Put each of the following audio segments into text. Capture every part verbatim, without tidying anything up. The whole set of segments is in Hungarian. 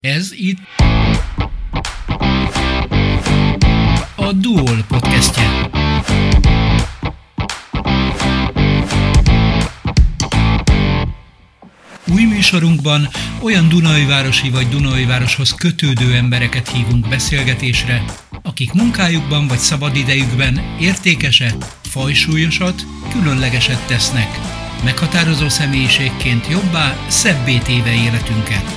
Ez itt a Duol podcastje. Új műsorunkban olyan Dunaújvárosi vagy Dunaújvároshoz kötődő embereket hívunk beszélgetésre, akik munkájukban vagy szabadidejükben értékeset, fajsúlyosat, különlegeset tesznek, meghatározó személyiségként jobbá, szebbé téve életünket.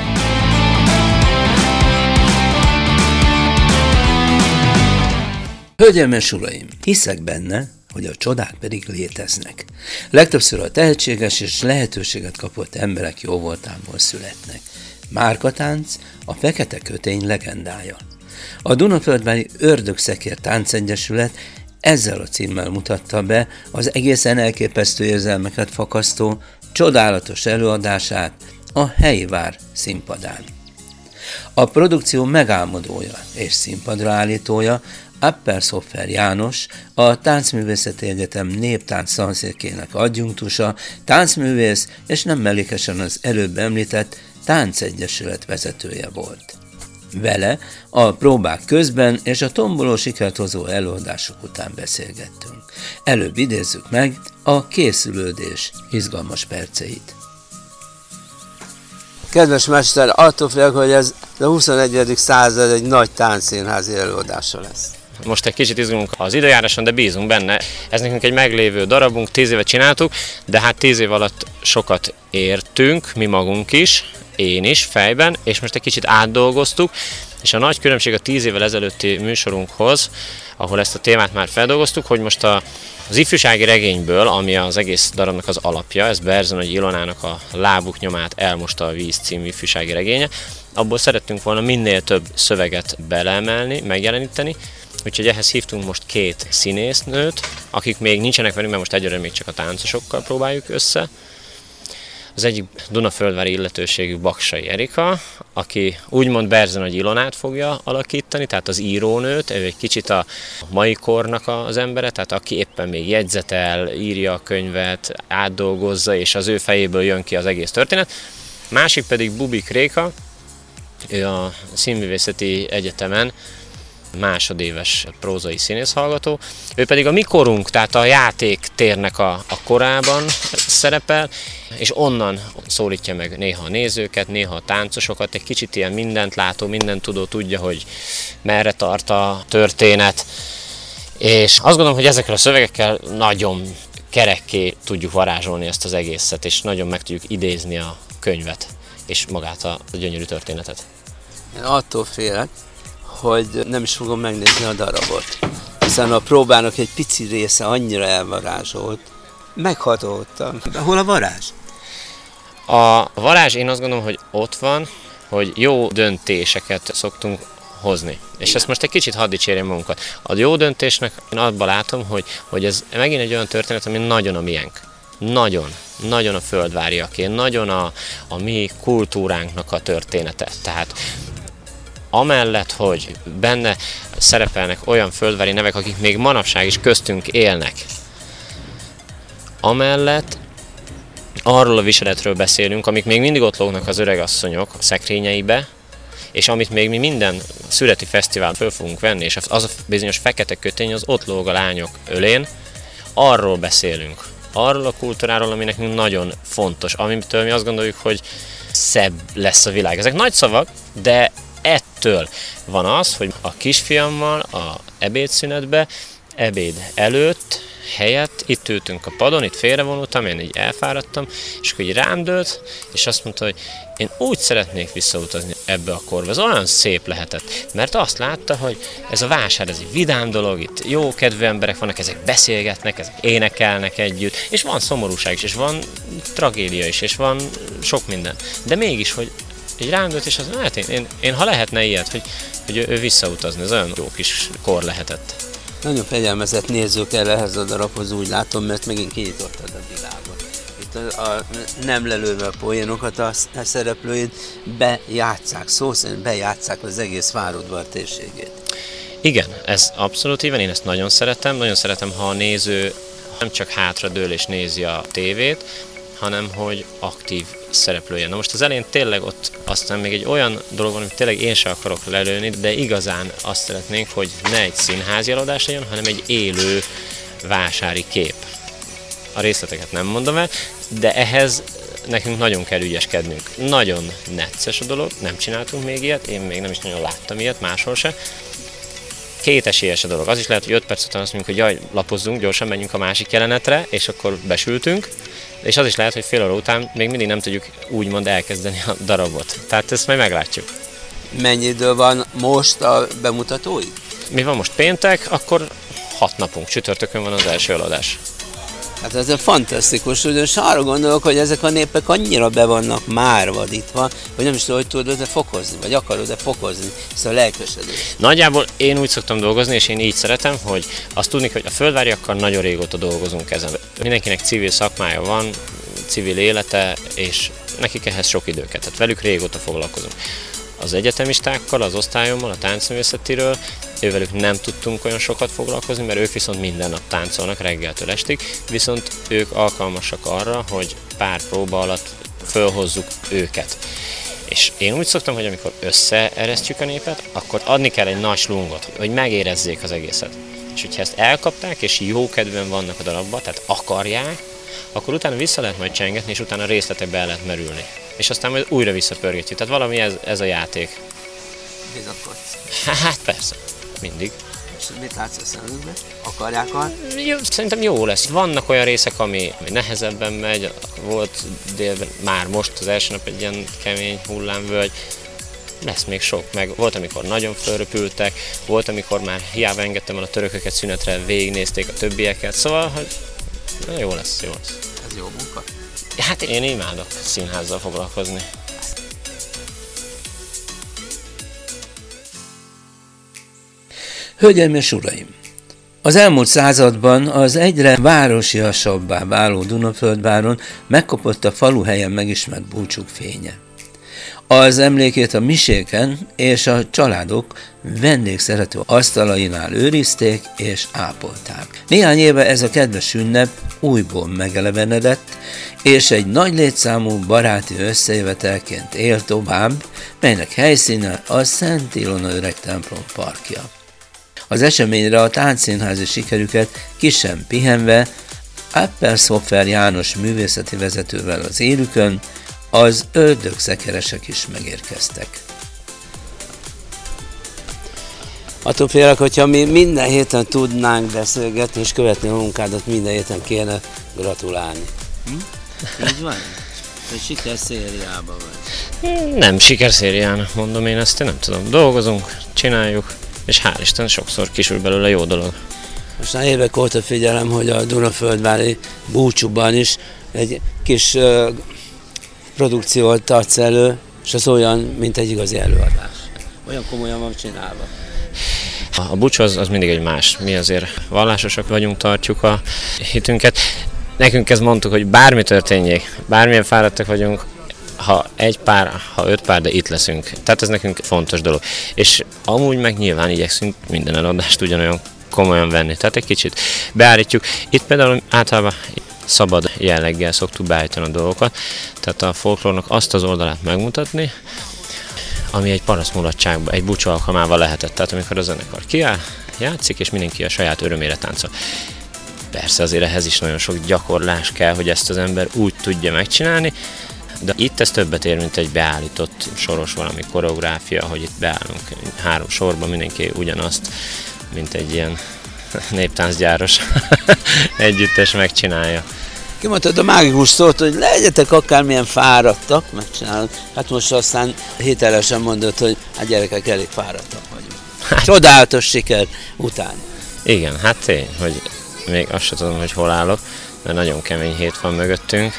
Hölgyeim és uraim, hiszek benne, hogy a csodák pedig léteznek. Legtöbbször a tehetséges és lehetőséget kapott emberek jóvoltából születnek. Márkatánc a Fekete Kötény legendája. A Dunaföldbeli Ördögszekér Táncegyesület ezzel a címmel mutatta be az egészen elképesztő érzelmeket fakasztó, csodálatos előadását a Helyvár színpadán. A produkció megálmodója és színpadra állítója Appershoffer János, a Táncművészeti Egyetem néptánc tanszékének adjunktusa, táncművész és nem mellékesen az előbb említett Táncegyesület vezetője volt. Vele a próbák közben és a tomboló sikert hozó előadások után beszélgettünk. Előbb idézzük meg a készülődés izgalmas perceit. Kedves mester, attól félek, hogy ez a huszonegyedik század egy nagy táncszínházi előadása lesz. Most egy kicsit izgulunk az időjáráson, de bízunk benne. Ez nekünk egy meglévő darabunk, tíz éve csináltuk, de hát tíz év alatt sokat értünk, mi magunk is, én is fejben, és most egy kicsit átdolgoztuk, és a nagy különbség a tíz évvel ezelőtti műsorunkhoz, ahol ezt a témát már feldolgoztuk, hogy most a, az ifjúsági regényből, ami az egész darabnak az alapja, ez Berzsenagyi Ilonának a Lábuk nyomát elmosta a víz című ifjúsági regénye, abból szerettünk volna minél több szöveget beleemelni, megjeleníteni, úgyhogy ehhez hívtunk most két színésznőt, akik még nincsenek velünk, mert most egyre még csak a táncosokkal próbáljuk össze. Az egyik Dunaföldvári illetőségű Baksay Erika, aki úgymond Berzsenagyi Ilonát fogja alakítani, tehát az írónőt, ő egy kicsit a mai kornak az embere, tehát aki éppen még jegyzetel, írja a könyvet, átdolgozza, és az ő fejéből jön ki az egész történet. Másik pedig Bubik Réka, ő a Színművészeti Egyetemen másodéves prózai színészhallgató, ő pedig a mi korunk, tehát a játéktérnek a, a korában szerepel, és onnan szólítja meg néha a nézőket, néha a táncosokat, egy kicsit ilyen mindent látó, mindent tudó, tudja, hogy merre tart a történet, és azt gondolom, hogy ezekkel a szövegekkel nagyon kerekké tudjuk varázsolni ezt az egészet, és nagyon meg tudjuk idézni a könyvet, és magát a, a gyönyörű történetet. Én attól félek, hogy nem is fogom megnézni a darabot, hiszen a próbának egy pici része annyira elvarázsolt. Meghatódtam. De hol a varázs? A varázs, én azt gondolom, hogy ott van, hogy jó döntéseket szoktunk hozni. És ezt most egy kicsit hadd dicsérjem magunkat. A jó döntésnek én abban látom, hogy, hogy ez megint egy olyan történet, ami nagyon a miénk. Nagyon, nagyon a földváriaké, nagyon a, a mi kultúránknak a története. Tehát amellett, hogy benne szerepelnek olyan földvári nevek, akik még manapság is köztünk élnek, amellett arról a viseletről beszélünk, amik még mindig ott lógnak az öregasszonyok a szekrényeibe, és amit még mi minden születi fesztivál föl fogunk venni, és az a bizonyos fekete kötény az ott lóg a lányok ölén, arról beszélünk. Arról a kultúráról, ami nekünk nagyon fontos, amitől mi azt gondoljuk, hogy szebb lesz a világ. Ezek nagy szavak, de ettől van az, hogy a kisfiammal a ebédszünetbe, ebéd előtt, helyett itt ültünk a padon, itt félrevonultam, én így elfáradtam, és akkor így rám dőlt, és azt mondta, hogy én úgy szeretnék visszautazni ebbe a korba. Ez olyan szép lehetett, mert azt látta, hogy ez a vásár, ez egy vidám dolog, itt jó kedvű emberek vannak, ezek beszélgetnek, ezek énekelnek együtt, és van szomorúság is, és van tragédia is, és van sok minden. De mégis, hogy így rám dőlt, és az, hát én, én, én ha lehetne ilyet, hogy, hogy ő, ő visszautazni, ez olyan jó kis kor lehetett. Nagyon fegyelmezett nézők el ehhez a darabhoz, úgy látom, mert megint kinyitottad a világot. Itt a, a nem lelőve a poénokat, a, a szereplőid bejátszák, szó szerint bejátszák az egész Várudvar térségét. Igen, ez abszolút így van, én ezt nagyon szeretem, nagyon szeretem, ha a néző nem csak hátradől és nézi a tévét, hanem hogy aktív szereplője. Na most az elején tényleg ott aztán még egy olyan dolog van, amit tényleg én sem akarok lelőni, de igazán azt szeretnénk, hogy ne egy színházi előadás legyen, hanem egy élő vásári kép. A részleteket nem mondom el, de ehhez nekünk nagyon kell ügyeskednünk. Nagyon necces a dolog, nem csináltunk még ilyet, én még nem is nagyon láttam ilyet, máshol se. Kétesélyes a dolog. Az is lehet, hogy öt perc után azt mondjuk, hogy jaj, lapozzunk, gyorsan menjünk a másik jelenetre, és akkor besültünk. És az is lehet, hogy fél óra után még mindig nem tudjuk úgymond elkezdeni a darabot. Tehát ezt majd meglátjuk. Mennyi idő van most a bemutatóig? Mi van most péntek, akkor hat napunk, csütörtökön van az első előadás. Hát ez fantasztikus, ugyanis arra gondolok, hogy ezek a népek annyira be vannak már vadítva, hogy nem is tudom, hogy tudod-e fokozni, vagy akarod-e fokozni ezt a lelkesedést. Nagyjából én úgy szoktam dolgozni, és én így szeretem, hogy azt tudni, hogy a földváriakkal nagyon régóta dolgozunk ezen. Mindenkinek civil szakmája van, civil élete, és nekik ehhez sok időket, tehát velük régóta foglalkozunk. Az egyetemistákkal, az osztályommal, a táncművészetiről, ővelük nem tudtunk olyan sokat foglalkozni, mert ők viszont minden nap táncolnak reggeltől estig, viszont ők alkalmasak arra, hogy pár próba alatt fölhozzuk őket. És én úgy szoktam, hogy amikor összeeresztjük a népet, akkor adni kell egy nagy slungot, hogy megérezzék az egészet. És hogyha ezt elkapták, és jó kedven vannak a darabban, tehát akarják, akkor utána vissza lehet majd csengetni, és utána részletekbe el lehet merülni. És aztán majd újra visszapörgetjük. Tehát valami ez, ez a játék. Bizakodsz? Hát persze, mindig. És mit látsz a szemükbe? Akarják a... Jó, szerintem jó lesz. Vannak olyan részek, ami, ami nehezebben megy. Volt délben, már most az első nap egy ilyen kemény hullámvölgy. Lesz még sok, meg volt, amikor nagyon fölröpültek, volt, amikor már hiába engedtem el a törököket szünetre, végignézték a többieket, szóval, hogy jó lesz, jó lesz. Ez jó munka? Hát én imádok színházzal foglalkozni. Hölgyeim és uraim! Az elmúlt században az egyre városiasabbá váló Dunaföldváron megkopott a faluhelyen megismert búcsúk fénye. Az emlékét a miséken és a családok vendégszerető asztalainál őrizték és ápolták. Néhány éve ez a kedves ünnep újból megelevenedett, és egy nagy létszámú baráti összejövetelként él tovább, melynek helyszíne a Szent Ilona öreg templom parkja. Az eseményre a táncszínházi sikerüket kisen pihenve Appelshofer János művészeti vezetővel az élükön az ördögszekeresek is megérkeztek. Attól félek, hogyha mi minden héten tudnánk beszélgetni és követni a munkádat, minden héten kéne gratulálni. Hm? Így van? Egy sikerszériában vagy? Nem sikerszériának mondom én ezt, én nem tudom. Dolgozunk, csináljuk, és hál' Isten sokszor kisül belőle jó dolog. Most már évek óta figyelem, hogy a Dunaföldvári búcsúban is egy kis uh, produkciót tartsz elő, és az olyan, mint egy igazi előadás. Olyan komolyan van csinálva. A búcsú az, az mindig egy más. Mi azért vallásosak vagyunk, tartjuk a hitünket. Nekünk ezt mondtuk, hogy bármi történjék, bármilyen fáradtak vagyunk, ha egy pár, ha öt pár, de itt leszünk. Tehát ez nekünk fontos dolog. És amúgy meg nyilván igyekszünk minden előadást ugyanolyan komolyan venni. Tehát egy kicsit beállítjuk. Itt például általában szabad jelleggel szoktuk beállítani a dolgokat. Tehát a folklórnak azt az oldalát megmutatni, ami egy parasztmulatságban, egy búcsú alkalmával lehetett. Tehát amikor a zenekar kiáll, játszik, és mindenki a saját örömére táncol. Persze azért ehhez is nagyon sok gyakorlás kell, hogy ezt az ember úgy tudja megcsinálni, de itt ez többet ér, mint egy beállított soros valami koreográfia, hogy itt beállunk három sorban, mindenki ugyanazt, mint egy ilyen néptáncgyáros együttes megcsinálja. Kimondtad a mágikus szót, hogy legyetek akármilyen fáradtak, megcsinálod. Hát most aztán hitelesen mondod, hogy hát gyerekek, elég fáradtak vagyunk. Hát, csodálatos siker után. Igen, hát tény, hogy még azt sem tudom, hogy hol állok, mert nagyon kemény hét van mögöttünk.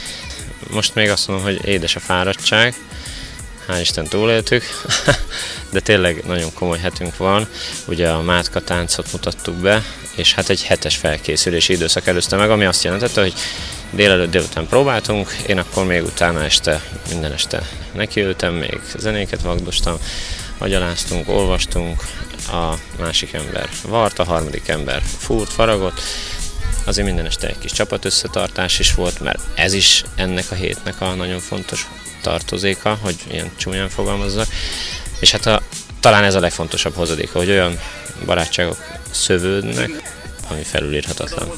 Most még azt mondom, hogy édes a fáradtság, hál' Isten túléltük, de tényleg nagyon komoly hetünk van. Ugye a Mátka táncot mutattuk be, és hát egy hetes felkészülési időszak előzte meg, ami azt jelentette, hogy délelőtt délután próbáltunk, én akkor még utána este, minden este nekiültem, még zenéket vagdostam, agyaláztunk, olvastunk, a másik ember vart, a harmadik ember fúrt, faragott, azért minden este egy kis csapatösszetartás is volt, mert ez is ennek a hétnek a nagyon fontos tartozéka, hogy ilyen csúnyán fogalmazzak. És hát a, talán ez a legfontosabb hozadéka, hogy olyan barátságok szövődnek, ami felülírhatatlan.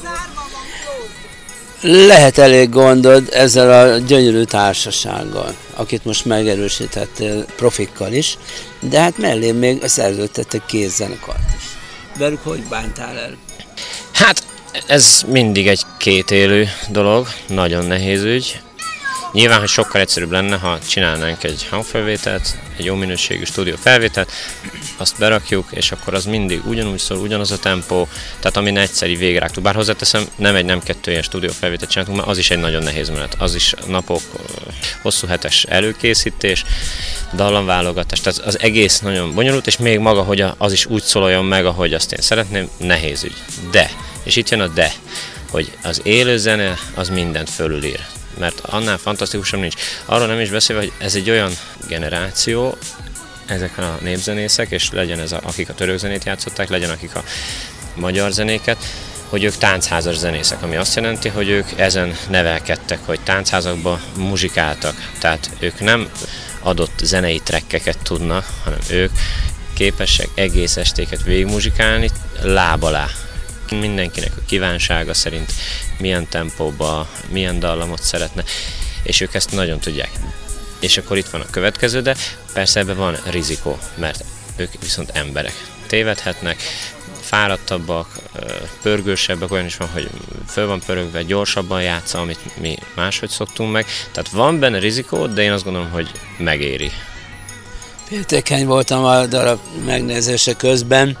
Lehet elég gondod ezzel a gyönyörű társasággal, akit most megerősítettél profikkal is, de hát mellé még szerződtettek kézzenekart is. Velük hogy bántál el? Hát ez mindig egy kétélű dolog, nagyon nehéz ügy. Nyilván, hogy sokkal egyszerűbb lenne, ha csinálnánk egy hangfelvételt, egy jó minőségű stúdió felvételt, azt berakjuk, és akkor az mindig ugyanúgy szól, ugyanaz a tempó, tehát amin egyszeri végrágtuk. Bár hozzáteszem, nem egy, nem kettő ilyen stúdió felvételt csináltunk, mert az is egy nagyon nehéz menet. Az is napok, hosszú hetes előkészítés, dallamválogatás, tehát az egész nagyon bonyolult, és még maga, hogy az is úgy szóljon meg, ahogy azt én szeretném, nehéz ügy. De, és itt jön a de, hogy az élő zene az mindent fölülír. Mert annál fantasztikusabb nincs. Arról nem is beszélve, hogy ez egy olyan generáció, ezek a népzenészek, és legyen ez, a, akik a török zenét játszották, legyen akik a magyar zenéket, hogy ők táncházas zenészek, ami azt jelenti, hogy ők ezen nevelkedtek, hogy táncházakba muzsikáltak. Tehát ők nem adott zenei trekkeket tudnak, hanem ők képesek egész estéket végigmuzsikálni láb alá. Mindenkinek a kívánsága szerint milyen tempóba, milyen dallamot szeretne, és ők ezt nagyon tudják. És akkor itt van a következő, de persze ebben van rizikó, mert ők viszont emberek. Tévedhetnek, fáradtabbak, pörgősebbek, olyan is van, hogy föl van pörögve, gyorsabban játsza, amit mi máshogy szoktunk meg. Tehát van benne rizikó, de én azt gondolom, hogy megéri. Féltékeny voltam a darab megnézése közben,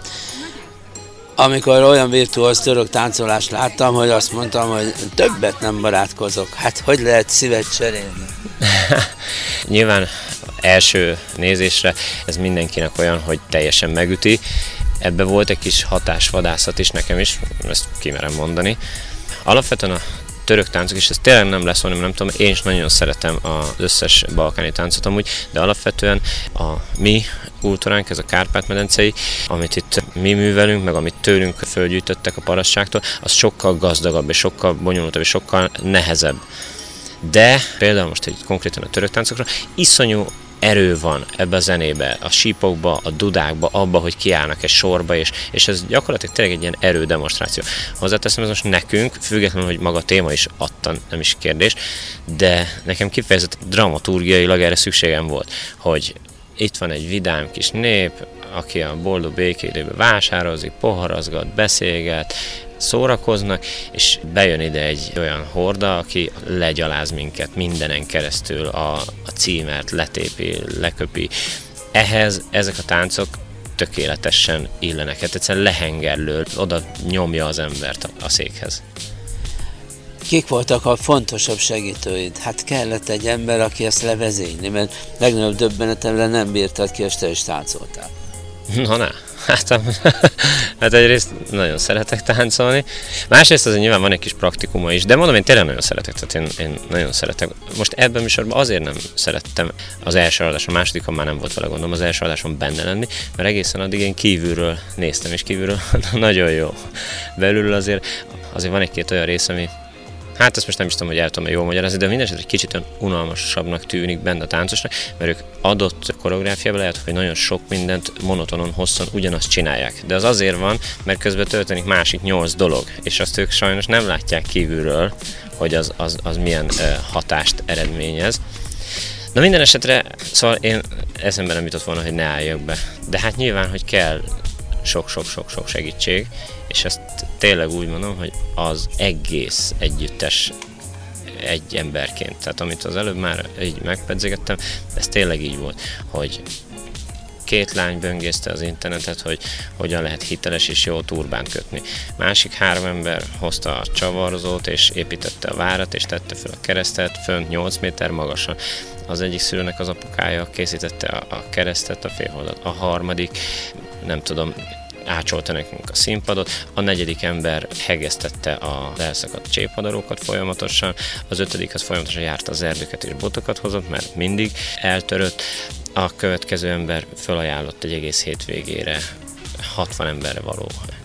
amikor olyan virtuóz török táncolást láttam, hogy azt mondtam, hogy többet nem barátkozok. Hát hogy lehet szívet cserélni? Nyilván első nézésre ez mindenkinek olyan, hogy teljesen megüti. Ebbe volt egy kis hatásvadászat is nekem is, ezt kimerem mondani. Alapvetően a török táncok, és ez tényleg nem lesz, hanem nem tudom, én is nagyon szeretem az összes balkáni táncot amúgy, de alapvetően a mi kultúránk, ez a Kárpát-medencei, amit itt mi művelünk, meg amit tőlünk fölgyűjtöttek a parasságtól, az sokkal gazdagabb, és sokkal bonyolultabb, és sokkal nehezebb. De például most egy konkrétan a török táncokra iszonyú erő van ebbe a zenébe, a sípokba, a dudákba, abba, hogy kiállnak egy sorba, és, és ez gyakorlatilag tényleg egy ilyen erődemonstráció. Hozzáteszem, ez most nekünk, függetlenül, hogy maga a téma is adta, nem is kérdés, de nekem kifejezetten dramaturgiailag erre szükségem volt, hogy itt van egy vidám kis nép, aki a boldog békélőbe vásározik, poharazgat, beszélget, szórakoznak, és bejön ide egy olyan horda, aki legyaláz minket mindenen keresztül, a, a címert letépi, leköpi. Ehhez ezek a táncok tökéletesen illenek, hát egyszerűen lehengerlő, oda nyomja az embert a, a székhez. Kik voltak a fontosabb segítőid? Hát kellett egy ember, aki ezt levezényli, mert legnagyobb döbbenetemre nem bírtad ki, és te is táncoltál. Na, na. Hát, hát egyrészt nagyon szeretek táncolni, másrészt azért nyilván van egy kis praktikuma is, de mondom, én tényleg nagyon szeretek, tehát én, én nagyon szeretek. Most ebben műsorban azért nem szerettem az első adáson, a másodikon már nem volt vele gondom az első adáson benne lenni, mert egészen addig én kívülről néztem, és kívülről nagyon jó. Belül azért, azért van egy-két olyan rész, ami hát ezt most nem is tudom, hogy el tudom jól magyarázni, de mindenesetre egy kicsit olyan unalmasabbnak tűnik benne a táncosnak, mert ők adott koreográfiában lehet, hogy nagyon sok mindent monotonon, hosszan ugyanazt csinálják. De az azért van, mert közben történik másik nyolc dolog, és azt ők sajnos nem látják kívülről, hogy az, az, az milyen uh, hatást eredményez. Na minden esetre, szóval én eszembe nem jutott volna, hogy ne álljak be. De hát nyilván, hogy kell sok-sok-sok-sok segítség, és ezt tényleg úgy mondom, hogy az egész együttes egy emberként. Tehát amit az előbb már így megpedzegettem, ez tényleg így volt, hogy két lány böngészte az internetet, hogy hogyan lehet hiteles és jó turbánt kötni. Másik három ember hozta a csavarozót, és építette a várat, és tette fel a keresztet, fönt nyolc méter magasan. Az egyik szülőnek az apukája készítette a, a keresztet, a félholdat. A harmadik, nem tudom, ácsolta nekünk a színpadot, a negyedik ember hegesztette a elszakadt cséphadarókat folyamatosan, az ötödik az folyamatosan járta az erdőket és botokat hozott, mert mindig eltörött, a következő ember felajánlott egy egész hétvégére hatvan emberre való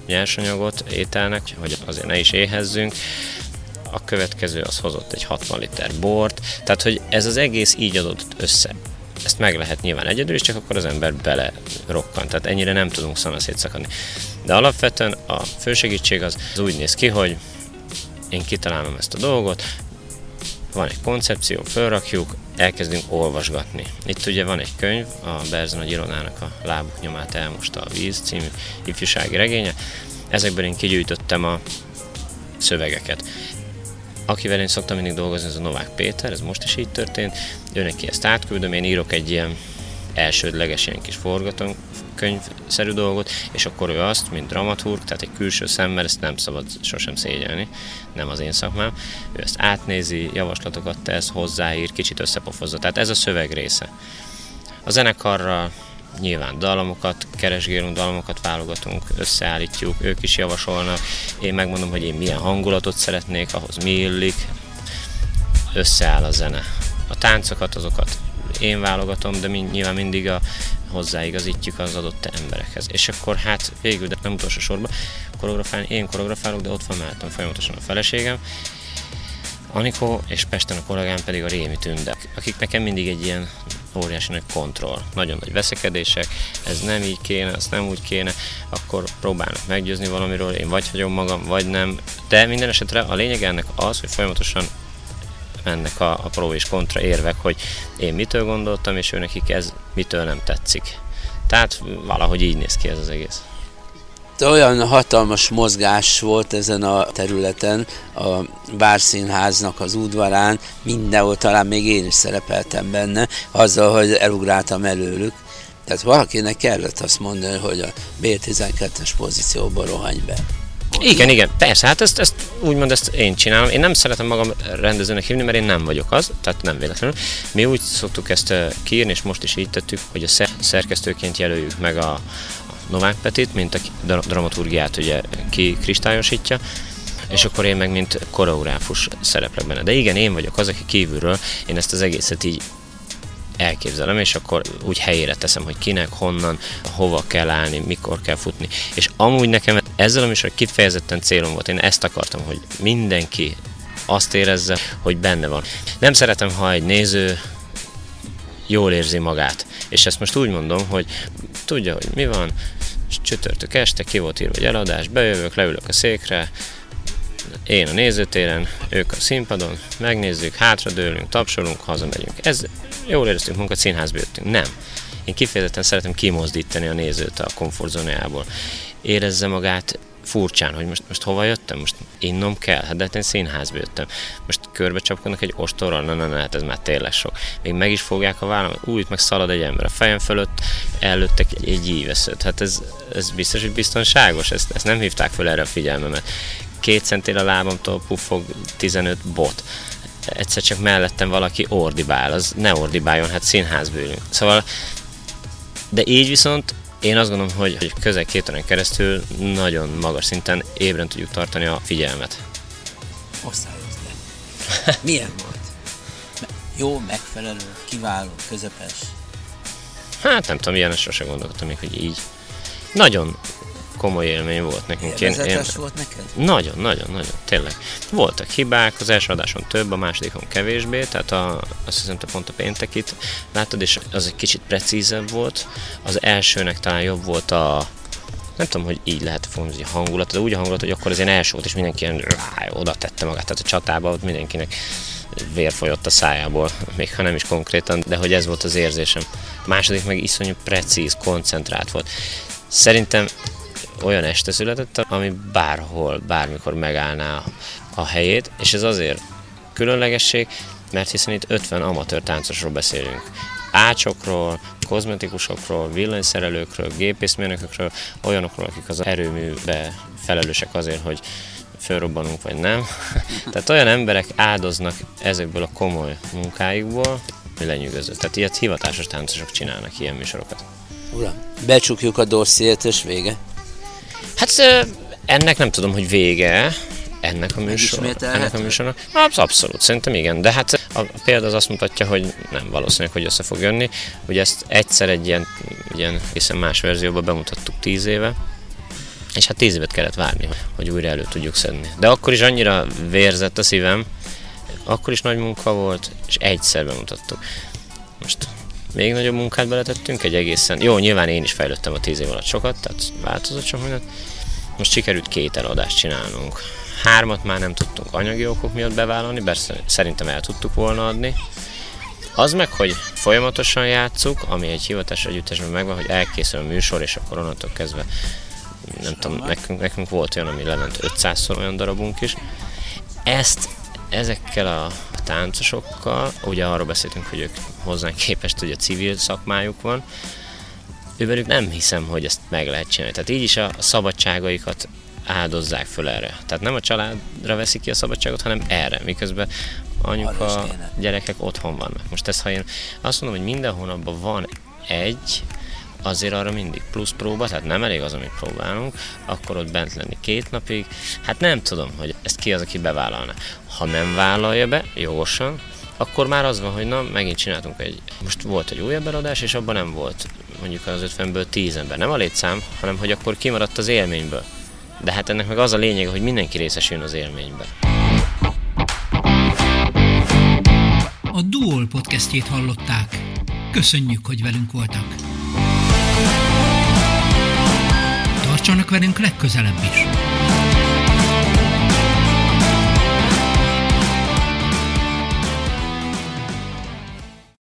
nyersanyagot ételnek, hogy azért ne is éhezzünk. A következő az hozott egy hatvan liter bort, tehát hogy ez az egész így adott össze. Ezt meg lehet nyilván egyedül is, csak akkor az ember bele rokkan, tehát ennyire nem tudunk szanaszét szakadni. De alapvetően a fősegítség az, az úgy néz ki, hogy én kitalálom ezt a dolgot, van egy koncepció, felrakjuk, elkezdünk olvasgatni. Itt ugye van egy könyv, a Berze Nagy Ilonának a Lábuk nyomát elmosta a víz című ifjúsági regénye. Ezekből én kigyűjtöttem a szövegeket. Akivel én szoktam mindig dolgozni, ez a Novák Péter, ez most is így történt. Ő neki ezt átküldöm, én írok egy ilyen elsődleges ilyen kis forgatókönyvszerű dolgot, és akkor ő azt, mint dramaturg, tehát egy külső szemmel, ezt nem szabad sosem szégyelni, nem az én szakmám. Ő ezt átnézi, javaslatokat tesz, hozzáír, kicsit összepofozza. Tehát ez a szöveg része. A zenekarral nyilván dalomokat keresgélünk, dalomokat válogatunk, összeállítjuk, ők is javasolnak, én megmondom, hogy én milyen hangulatot szeretnék, ahhoz mi illik, összeáll a zene. A táncokat, azokat én válogatom, de mind, nyilván mindig a, hozzáigazítjuk az adott emberekhez. És akkor hát végül, de nem utolsó sorban, koreografálni, én koreografálok, de ott van mellettem folyamatosan a feleségem, Anikó, és Pesten a kollégám pedig a Rémi Tünde, akik nekem mindig egy ilyen óriási nagy kontroll, nagyon nagy veszekedések, ez nem így kéne, ez nem úgy kéne, akkor próbálnak meggyőzni valamiről, én vagy hagyom magam, vagy nem, de minden esetre a lényeg ennek az, hogy folyamatosan mennek a, a pro és kontra érvek, hogy én mitől gondoltam, és ő nekik ez mitől nem tetszik. Tehát valahogy így néz ki ez az egész. Olyan hatalmas mozgás volt ezen a területen, a Várszínháznak az udvarán, mindenhol, talán még én is szerepeltem benne, azzal, hogy elugráltam előlük. Tehát valakinek kellett azt mondani, hogy a bé tizenkettes pozícióban rohanj be. Igen, igen, persze, hát ezt, ezt úgymond ezt én csinálom. Én nem szeretem magam rendezőnek hívni, mert én nem vagyok az, tehát nem véletlenül. Mi úgy szoktuk ezt kiírni, és most is így tettük, hogy a szerkesztőként jelöljük meg a Novák Petit, mint a dramaturgiát ugye kikristályosítja, és akkor én meg mint koreográfus szereplek benne. De igen, én vagyok az, aki kívülről, én ezt az egészet így elképzelem, és akkor úgy helyére teszem, hogy kinek, honnan, hova kell állni, mikor kell futni. És amúgy nekem ezzel a műsorral kifejezetten célom volt, én ezt akartam, hogy mindenki azt érezze, hogy benne van. Nem szeretem, ha egy néző jól érzi magát. És ezt most úgy mondom, hogy tudja, hogy mi van, csütörtök este ki volt írva egy eladás, bejövök, leülök a székre, én a nézőtéren, ők a színpadon, megnézzük, hátradőlünk, tapsolunk, hazamegyünk. Ez jól éreztünk munkat, színházba jöttünk. Nem. Én kifejezetten szeretem kimozdítani a nézőt a komfortzónájából. Érezze magát furcsán, hogy most, most hova jöttem, most innom kell, hát de hát én színházba jöttem. Most körbe csapkodnak egy ostorral, na, na, na, hát ez már tényleg sok. Még meg is fogják a vállamat, úgy meg szalad egy ember a fejem fölött, előttek egy, egy íveszőt. Hát ez, ez biztos, hogy biztonságos, ezt, ezt nem hívták föl erre a figyelmemet. Két centél a lábamtól puffog tizenöt bot. Egyszer csak mellettem valaki ordibál, az ne ordibáljon, hát színházba ülünk. Szóval, de így viszont én azt gondolom, hogy közel két órán keresztül nagyon magas szinten ébren tudjuk tartani a figyelmet. Osztályozd le. Milyen volt? Jó, megfelelő, kiváló, közepes? Hát nem tudom, ilyen sose gondoltam még, hogy így. Nagyon komoly élmény volt nekünk. Élvezetes én, én... volt neked? Nagyon, nagyon, nagyon, tényleg. Voltak hibák, az első adáson több, a másodikon kevésbé, tehát a, azt hiszem, te pont a péntekit láttad, és az egy kicsit precízebb volt. Az elsőnek talán jobb volt a, nem tudom, hogy így lehet fogni a hangulat, de úgy a hangulat, hogy akkor az ilyen első volt, és mindenki ilyen rá, oda tette magát, tehát a csatában ott mindenkinek vér folyott a szájából, még ha nem is konkrétan, de hogy ez volt az érzésem. A második meg iszonyú precíz, koncentrált volt. Szerintem olyan este született, ami bárhol, bármikor megállná a, a helyét, és ez azért különlegesség, mert hiszen itt ötven amatőr táncosról beszélünk. Ácsokról, kozmetikusokról, villanyszerelőkről, gépészmérnökökről, olyanokról, akik az erőműbe felelősek azért, hogy fölrobbanunk vagy nem. Tehát olyan emberek áldoznak ezekből a komoly munkájukból, hogy lenyűgöző. Tehát ilyet hivatásos táncosok csinálnak ilyen műsorokat. Uram, becsukjuk a dossziét, és vége? Hát ennek nem tudom, hogy vége ennek a műsornak. Ennek a műsornak. Abszolút, szerintem igen. De hát a példa az azt mutatja, hogy nem valószínűleg, hogy össze fog jönni. Hogy ezt egyszer egy ilyen, ilyen hiszen más verzióban bemutattuk tíz éve. és hát tíz évet kellett várni, hogy újra elő tudjuk szedni. De akkor is annyira vérzett a szívem, akkor is nagy munka volt, és egyszer bemutattuk. Most még nagyobb munkát beletettünk, egy egészen... Jó, nyilván én is fejlődtem a tíz év alatt sokat, tehát változott sok mindent. Most sikerült két eladást csinálnunk. Hármat már nem tudtunk anyagi okok miatt bevállalni, bár szerintem el tudtuk volna adni. Az meg, hogy folyamatosan játsszuk, ami egy hivatásos együttesben megvan, hogy elkészül a műsor, és akkor onnantól kezdve, nem tudom, nekünk, nekünk volt olyan, ami lement ötszázszor olyan darabunk is. Ezt ezekkel a táncosokkal, ugye arról beszéltünk, hogy ők hozzánk képest ugye civil szakmájuk van, ővelük nem hiszem, hogy ezt meg lehet csinálni. Tehát így is a szabadságaikat áldozzák föl erre. Tehát nem a családra veszik ki a szabadságot, hanem erre, miközben anyuka, gyerekek otthon vannak. Most ezt, ha én azt mondom, hogy minden hónapban van egy, azért arra mindig plusz próba, tehát nem elég az, amit próbálunk, akkor ott bent lenni két napig. Hát nem tudom, hogy ezt ki az, aki bevállalna. Ha nem vállalja be, jogosan, akkor már az van, hogy na, megint csináltunk egy, most volt egy újabb eladás, és abban nem volt mondjuk az ötvenből tíz ember. Nem a létszám, hanem hogy akkor kimaradt az élményből. De hát ennek meg az a lényege, hogy mindenki részesüljön az élményben. A Duol podcastjét hallották. Köszönjük, hogy velünk voltak. Tartsanak velünk legközelebb is!